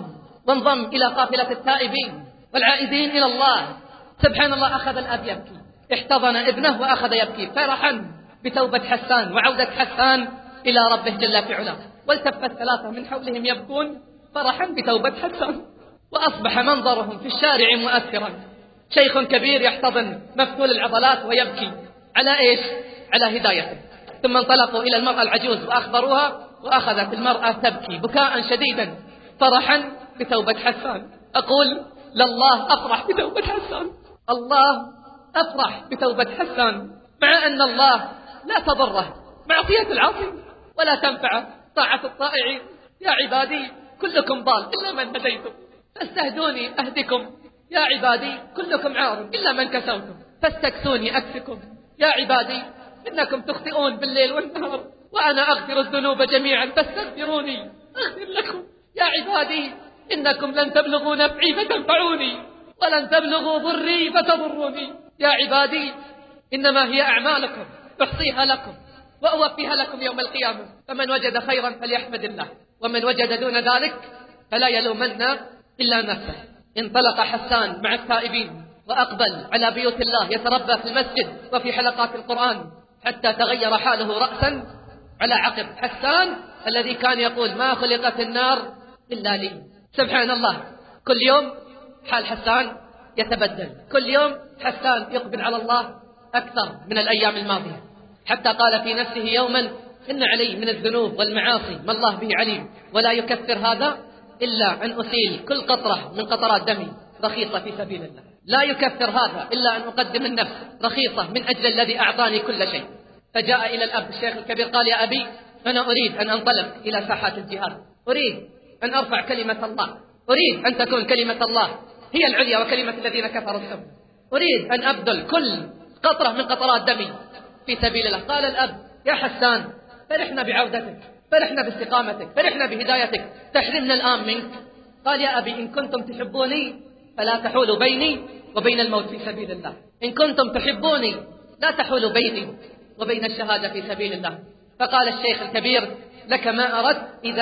وانضم إلى قافلة التائبين والعائدين إلى الله. سبحان الله. أخذ الأب يبكي، احتضن ابنه وأخذ يبكي فرحا بتوبة حسان وعودة حسان إلى ربه جل في علاه. والتف الثلاثة من حولهم يبكون فرحا بتوبة حسان، وأصبح منظرهم في الشارع مؤثرا. شيخ كبير يحتضن مفتول العضلات ويبكي على إيش؟ على هدايته. ثم انطلقوا إلى المرأة العجوز وأخبروها، وأخذت المرأة تبكي بكاء شديدا فرحا بتوبة حسان. أقول: لله أفرح بتوبة حسان، الله أفرح بتوبة حسان، مع أن الله لا تضره معصية العاصي ولا تنفع طاعة الطائعين. يا عبادي كلكم ضال إلا من هديتم فاستهدوني أهدكم. يا عبادي كلكم عار إلا من كسوتم فاستكسوني أكسكم. يا عبادي إنكم تخطئون بالليل والنهار وأنا أغفر الذنوب جميعا فاستغفروني أغفر لكم. يا عبادي إنكم لن تبلغوا نفعي فتنفعوني ولن تبلغوا ضري فتضروني. يا عبادي إنما هي أعمالكم أحصيها لكم وأوفيها لكم يوم القيامة، فمن وجد خيرا فليحمد الله، ومن وجد دون ذلك فلا يلومن إلا نفسه. انطلق حسان مع التائبين وأقبل على بيوت الله يتربى في المسجد وفي حلقات القرآن، حتى تغير حاله رأسا على عقب. حسان الذي كان يقول: ما خلقت النار إلا لي. سبحان الله. كل يوم حال حسان يتبدل، كل يوم حسان يقبل على الله أكثر من الأيام الماضية، حتى قال في نفسه يوما: إن علي من الذنوب والمعاصي ما الله به عليم، ولا يكفر هذا إلا أن أسيل كل قطرة من قطرات دمي رخيصة في سبيل الله. لا يكفر هذا إلا أن أقدم النفس رخيصة من أجل الذي أعطاني كل شيء. فجاء إلى الأب الشيخ الكبير قال: يا أبي، أنا أريد أن أنطلق إلى ساحات الجهاد، أريد أن أرفع كلمة الله، أريد أن تكون كلمة الله هي العليا وكلمة الذين كفروا السم، أريد أن أبذل كل قطرة من قطرات دمي في سبيل الله. قال الأب: يا حسان، فرحنا بعودتك، فرحنا باستقامتك، فرحنا بهدايتك، تحرمنا الآن منك. قال: يا أبي، إن كنتم تحبوني فلا تحولوا بيني وبين الموت في سبيل الله، إن كنتم تحبوني لا تحولوا بيني وبين الشهادة في سبيل الله. فقال الشيخ الكبير: لك ما أردت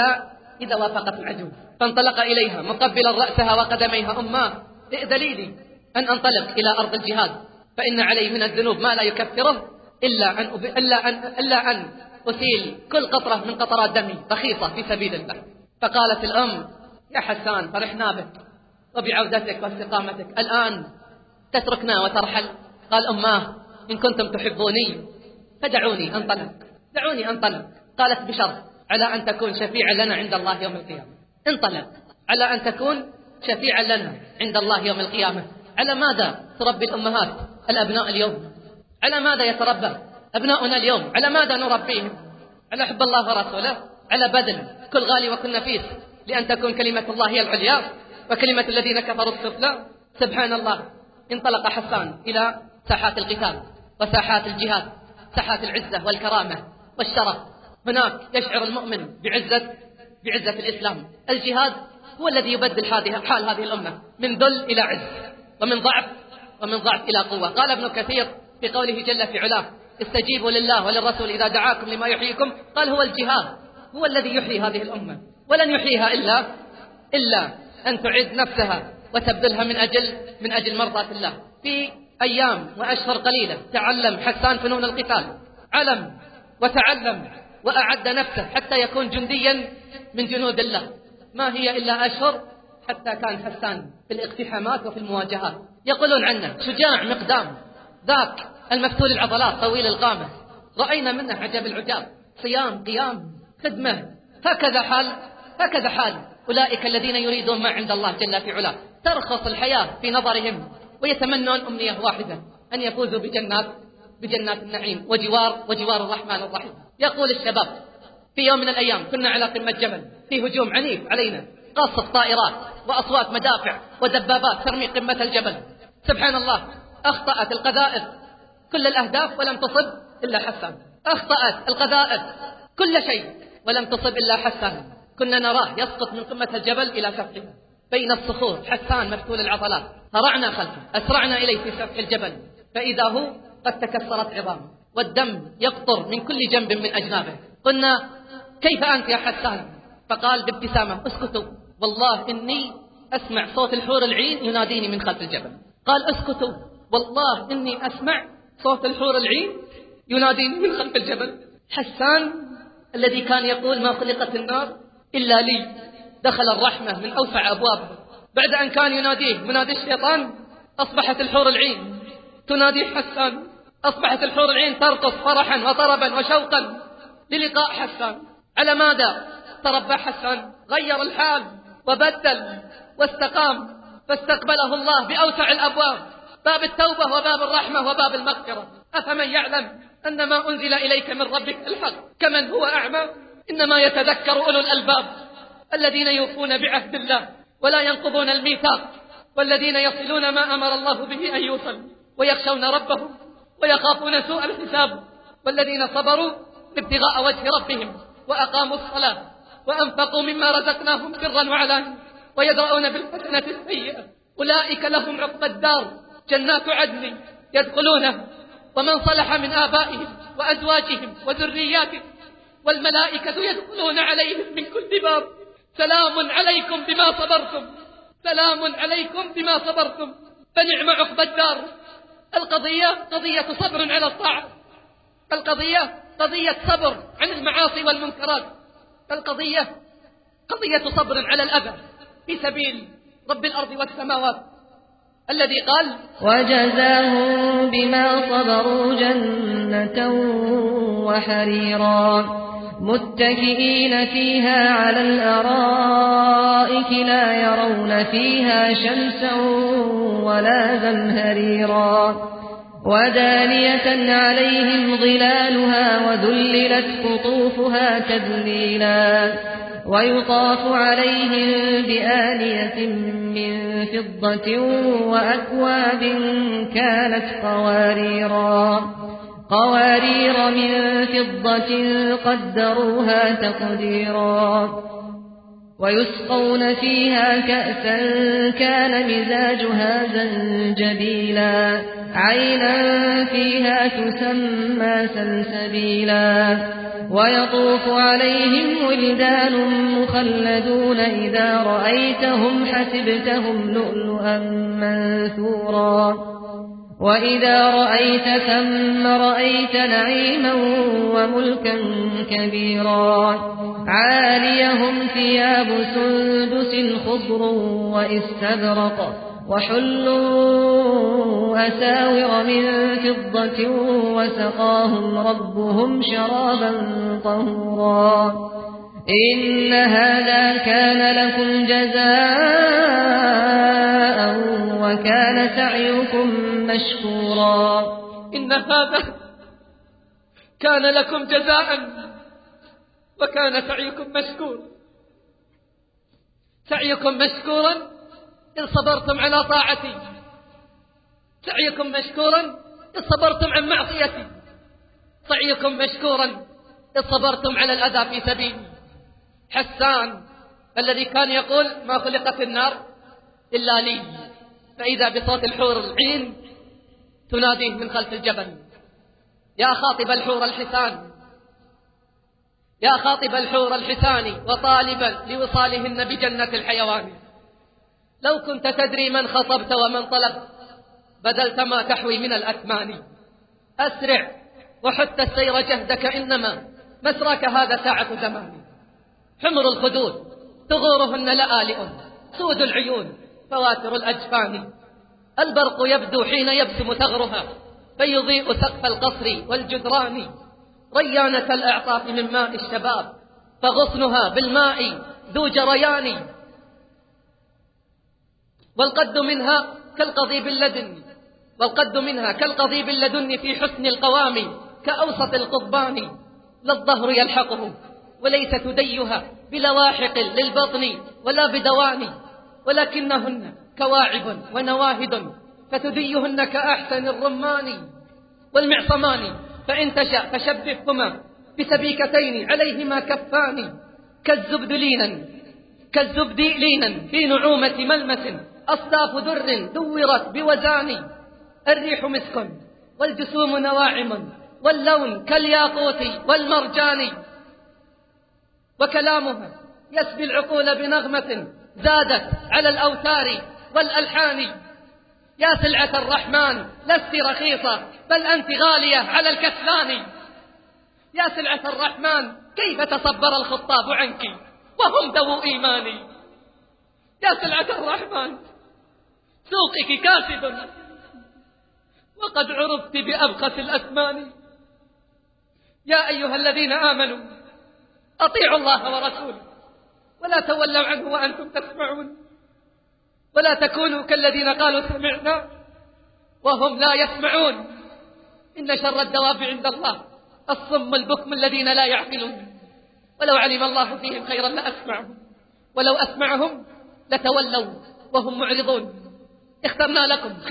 إذا وافقت العجوز. فانطلق إليها مقبلا رأسها وقدميها: أماه، ائذلي لي أن أنطلق إلى أرض الجهاد، فإن علي من الذنوب ما لا يكفره إلا أن أسيل كل قطرة من قطرات دمي رخيصة في سبيل الله. فقالت الأم: يا حسان، فرحنا بك وبعودتك واستقامتك، الآن تتركنا وترحل؟ قال: أماه، إن كنتم تحبوني فدعوني أنطلق، دعوني أنطلق. قالت: بشرط، على أن تكون شفيعا لنا عند الله يوم القيامة. انطلق على أن تكون شفيعا لنا عند الله يوم القيامة. على ماذا تربي الأمهات الأبناء اليوم؟ على ماذا يتربى أبناؤنا اليوم؟ على ماذا نربيهم؟ على حب الله ورسوله، على بذل كل غالي وكل نفيس لأن تكون كلمة الله هي العليا وكلمة الذين كفروا السفلى. سبحان الله. انطلق حسان إلى ساحات القتال وساحات الجهاد، ساحات العزة والكرامة والشرف. هناك يشعر المؤمن بعزة الإسلام. الجهاد هو الذي يبدل حال هذه الأمة من ذل إلى عز، ومن ضعف إلى قوة. قال ابن كثير في قوله جل في علاه: استجيبوا لله وللرسول إذا دعاكم لما يحييكم. قال: هو الجهاد هو الذي يحيي هذه الأمة، ولن يحييها إلا أن تعد نفسها وتبذلها من أجل مرضاة الله. في أيام وأشهر قليلة تعلم حسان فنون القتال، علم وتعلم وأعد نفسه حتى يكون جنديا من جنود الله. ما هي إلا أشهر حتى كان حسان في الاقتحامات وفي المواجهات. يقولون عنه شجاع مقدام، ذاك المفتول العضلات طويل القامة، رأينا منه عجب العجاب، صيام قيام خدمة. هكذا حال أولئك الذين يريدون ما عند الله جل في علاه. ترخص الحياة في نظرهم ويتمنون أمنية واحدة: أن يفوزوا بجنات النعيم وجوار الرحمن الرحيم. يقول الشباب: في يوم من الأيام كنا على قمة جبل، في هجوم عنيف علينا، قصف طائرات وأصوات مدافع ودبابات ترمي قمة الجبل. سبحان الله. أخطأت القذائف كل الأهداف ولم تصب إلا حسان، أخطأت القذائف كل شيء ولم تصب إلا حسان. كنا نراه يسقط من قمة الجبل إلى سفحه، بين الصخور، حسان مفتول العضلات. هرعنا خلفه، أسرعنا إليه في سفح الجبل، فإذا هو قد تكسرت عظامه والدم يقطر من كل جنب من أجنابه. قلنا: كيف أنت يا حسان؟ فقال بابتسامة: اسكتوا، والله إني أسمع صوت الحور العين يناديني من خلف الجبل. قال: اسكتوا، والله إني أسمع صوت الحور العين يناديني من خلف الجبل. حسان الذي كان يقول: ما خلقت النار إلا لي، دخل الرحمة من أوسع أبوابه. بعد أن كان يناديه منادي الشيطان، أصبحت الحور العين تنادي حسان، أصبحت الحور العين ترقص فرحا وطربا وشوقا للقاء حسان. على ماذا تربى حسان؟ غير الحال وبدل واستقام، فاستقبله الله بأوسع الأبواب، باب التوبة وباب الرحمة وباب المغفرة. أفمن يعلم أن ما أنزل إليك من ربك الحق كمن هو أعمى؟ إنما يتذكر أولو الألباب الذين يوفون بعهد الله ولا ينقضون الميثاق، والذين يصلون ما أمر الله به أن يوصل، ويخشون ربهم ويخافون سوء الحساب، والذين صبروا ابتغاء وجه ربهم وأقاموا الصلاة وأنفقوا مما رزقناهم سرا وعلانية ويدرؤون بالحسنة السيئة أولئك لهم عقبى الدار جنات عدن يدخلونها ومن صلح من آبائهم وأزواجهم وذرياتهم والملائكة يدخلون عليهم من كل باب سلام عليكم بما صبرتم، سلام عليكم بما صبرتم فنعم عقبى الدار. القضية قضية صبر على الطاعة، القضية قضية صبر عن المعاصي والمنكرات، القضية قضية صبر على الأذى في سبيل رب الأرض والسماوات الذي قال: وجزاهم بما صبروا جنة وحريرا متكئين فيها على الأرائك لا يرون فيها شمسا ولا زمهريرا ودانية عليهم ظلالها وذللت قطوفها تذليلا ويطاف عليهم بآنية من فضة وأكواب كانت قوارير من فضة قدروها تقديرا ويسقون فيها كأسا كان مزاجها زنجبيلا عينا فيها تسمى سلسبيلا ويطوف عليهم ولدان مخلدون إذا رأيتهم حسبتهم لؤلؤا منثورا وإذا رأيت ثم رأيت نعيما وملكا كبيرا عاليهم ثياب سندس خضر وإستبرق وحلوا أساور من فضة وسقاهم ربهم شرابا طهورا إن هذا كان لكم جزاء وكان سعيكم مشكورا. إن هذا كان لكم جزاء وكان سعيكم مشكورا. سعيكم مشكورا إن صبرتم على طاعتي، سعيكم مشكورا إن صبرتم عن معصيتي، سعيكم مشكورا إن صبرتم على الأذى في سبيلي. حسان الذي كان يقول: ما خلقت النار إلا لي، فإذا بصوت الحور العين تناديه من خلف الجبل: يا خاطب الحور الحسان، يا خاطب الحور الحسان وطالبا لوصالهن بجنة الحيوان، لو كنت تدري من خطبت ومن طلبت بدلت ما تحوي من الأثمان. أسرع وحت السير جهدك إنما مسراك هذا ساعة زمان. حمر الخدود ثغورهن لآلئ سود العيون فواتر الأجفان، البرق يبدو حين يبسم ثغرها فيضيء سقف القصر والجدران، ريانة الأعطاف من ماء الشباب فغصنها بالماء ذو جريان، والقد منها كالقضيب اللدن في حسن القوام كأوسط القضبان، لا الظهر يلحقه وليس تديها بلواحق للبطن ولا بدوان، ولكنهن كواعب ونواهد فتديهن كأحسن الرمان والمعصمان، فإن تشاء فشبههما بسبيكتين عليهما كفان كالزبد لينا كالزبد لينا في نعومة ملمس، أصداف در دورت بوزان، الريح مسك والجسوم نواعم، واللون كالياقوت والمرجان، وكلامها يسبي العقول بنغمة زادت على الأوتار والألحان. يا سلعة الرحمن لست رخيصة بل أنت غالية على الكسلان. يا سلعة الرحمن كيف تصبر الخطاب عنك وهم ذو إيماني. يا سلعة الرحمن سوقك كاسد وقد عرفت بأبخس الأثمان. يا أيها الذين آمنوا أطيعوا الله ورسوله ولا تولوا عنه وأنتم تسمعون، ولا تكونوا كالذين قالوا سمعنا وهم لا يسمعون. إن شر الدواب عند الله الصم البكم الذين لا يعقلون. ولو علم الله فيهم خيرا لأسمعهم ولو أسمعهم لتولوا وهم معرضون. اخترنا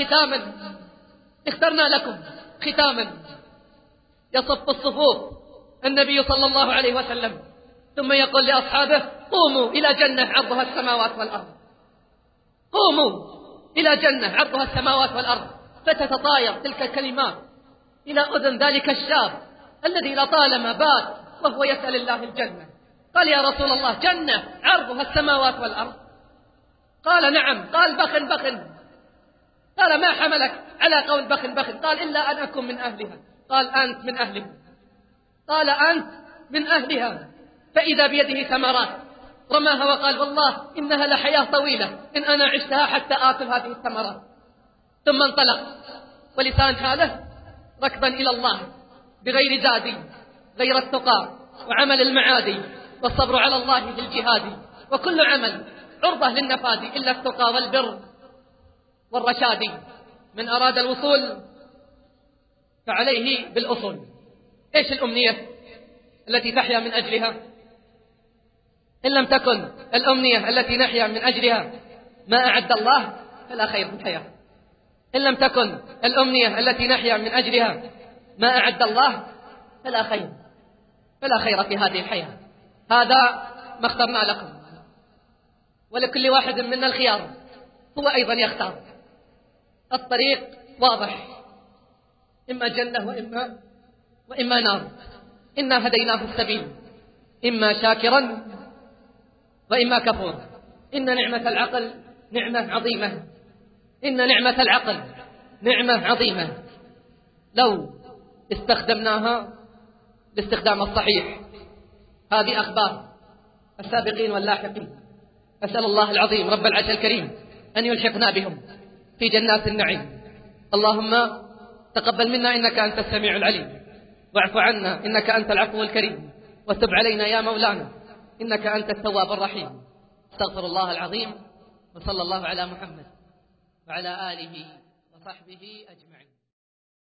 لكم ختاما يصف الصفوف النبي صلى الله عليه وسلم، ثم يقول لأصحابه: قوموا إلى جنة عرضها السماوات والأرض. قوموا إلى جنة عرضها السماوات والأرض. فتتطاير تلك الكلمات إلى أذن ذلك الشاب الذي لطالما بات وهو يسأل الله الجنة. قال: يا رسول الله، جنة عرضها السماوات والأرض؟ قال: نعم. قال: بخ. قال: ما حملك على قول بخ؟ قال: إلا أن أكون من أهلها. قال: أنت من أهلها. قال: أنت من أهلها. فإذا بيده ثمرات رماها وقال: والله إنها لحياة طويلة إن أنا عشتها حتى آكل هذه الثمرات. ثم انطلق ولسان حاله ركبا إلى الله بغير زاد غير التقى وعمل المعادي والصبر على الله بالجهاد، وكل عمل عرضة للنفاذ إلا التقى والبر والرشاد. من أراد الوصول فعليه بالأصول. إيش الأمنية التي تحيا من أجلها؟ إن لم تكن الأمنية التي نحيا من أجلها ما أعد الله فلا خير في الحياة. إن لم تكن الأمنية التي نحيا من أجلها ما أعد الله فلا خير في هذه الحياة. هذا ما اخترنا لكم، ولكل واحد منا الخيار، هو أيضا يختار. الطريق واضح، إما جنة وإما نار. إنا هديناه السبيل، إما شاكرا وإما كفور. إن نعمة العقل نعمة عظيمة، إن نعمة العقل نعمة عظيمة لو استخدمناها بالاستخدام الصحيح. هذه أخبار السابقين واللاحقين. أسأل الله العظيم رب العرش الكريم أن يلحقنا بهم في جنات النعيم. اللهم تقبل منا إنك أنت السميع العليم، واعف عنا إنك أنت العفو الكريم، وتب علينا يا مولانا إنك أنت التواب الرحيم. استغفر الله العظيم، وصلى الله على محمد وعلى آله وصحبه أجمعين.